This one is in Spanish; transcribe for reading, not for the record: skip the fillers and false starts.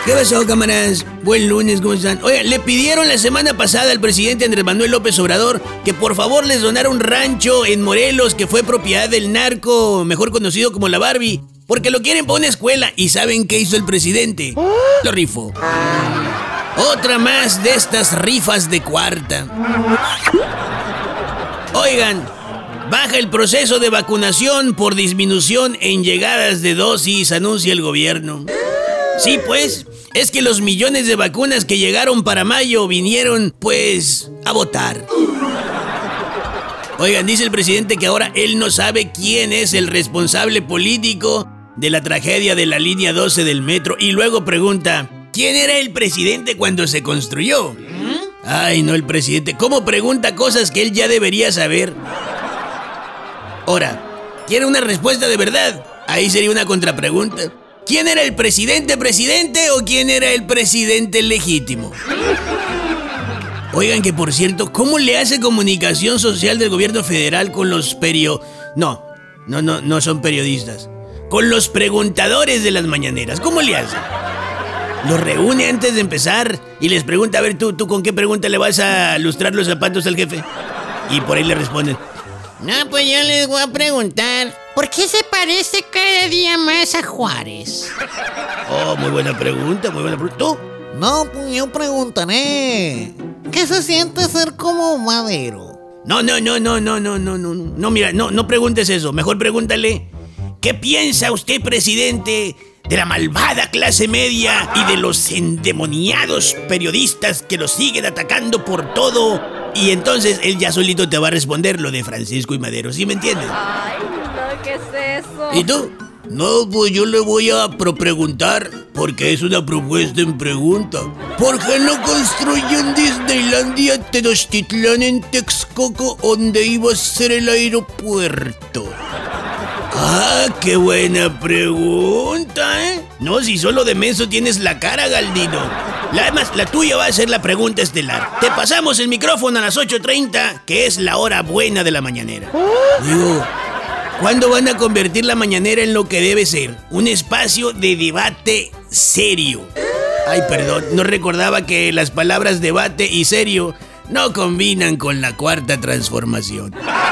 ¿Qué pasó, cámaras? Buen lunes, ¿cómo están? Oigan, le pidieron la semana pasada al presidente Andrés Manuel López Obrador que por favor les donara un rancho en Morelos que fue propiedad del narco, mejor conocido como la Barbie, porque lo quieren para una escuela. ¿Y saben qué hizo el presidente? Lo rifó. Otra más de estas rifas de cuarta. Oigan, baja el proceso de vacunación por disminución en llegadas de dosis, anuncia el gobierno. Sí, pues, es que los millones de vacunas que llegaron para mayo vinieron, pues, a votar. Oigan, dice el presidente que ahora él no sabe quién es el responsable político de la tragedia de la línea 12 del metro y luego pregunta, ¿quién era el presidente cuando se construyó? Ay, no, el presidente, ¿cómo pregunta cosas que él ya debería saber? Ahora, ¿quiere una respuesta de verdad? Ahí sería una contrapregunta. ¿Quién era el presidente o quién era el presidente legítimo? Oigan, que por cierto, ¿cómo le hace comunicación social del gobierno federal con los No son periodistas. Con los preguntadores de las mañaneras. ¿Cómo le hace? Los reúne antes de empezar y les pregunta, a ver, ¿tú con qué pregunta le vas a lustrar los zapatos al jefe? Y por ahí le responden, no, pues yo les voy a preguntar, ¿por qué se parece cada día más a Juárez? Oh, muy buena pregunta. ¿Tú? No, pues yo preguntaré, ¿qué se siente ser como Madero? No, mira, no preguntes eso. Mejor pregúntale, ¿qué piensa usted, presidente, de la malvada clase media y de los endemoniados periodistas que lo siguen atacando por todo? Y entonces él ya solito te va a responder lo de Francisco y Madero, ¿sí me entiendes? Ay, no, ¿qué es eso? ¿Y tú? No, pues yo le voy a preguntar, porque es una propuesta en pregunta. ¿Por qué no construyen Disneylandia Tenochtitlán en Texcoco, donde iba a ser el aeropuerto? Ah, qué buena pregunta, ¿eh? No, si solo de menso tienes la cara, Galdino. Además, la tuya va a ser la pregunta estelar. Te pasamos el micrófono a las 8:30, que es la hora buena de la mañanera. Digo, ¿cuándo van a convertir la mañanera en lo que debe ser? Un espacio de debate serio. Ay, perdón, no recordaba que las palabras debate y serio no combinan con la cuarta transformación.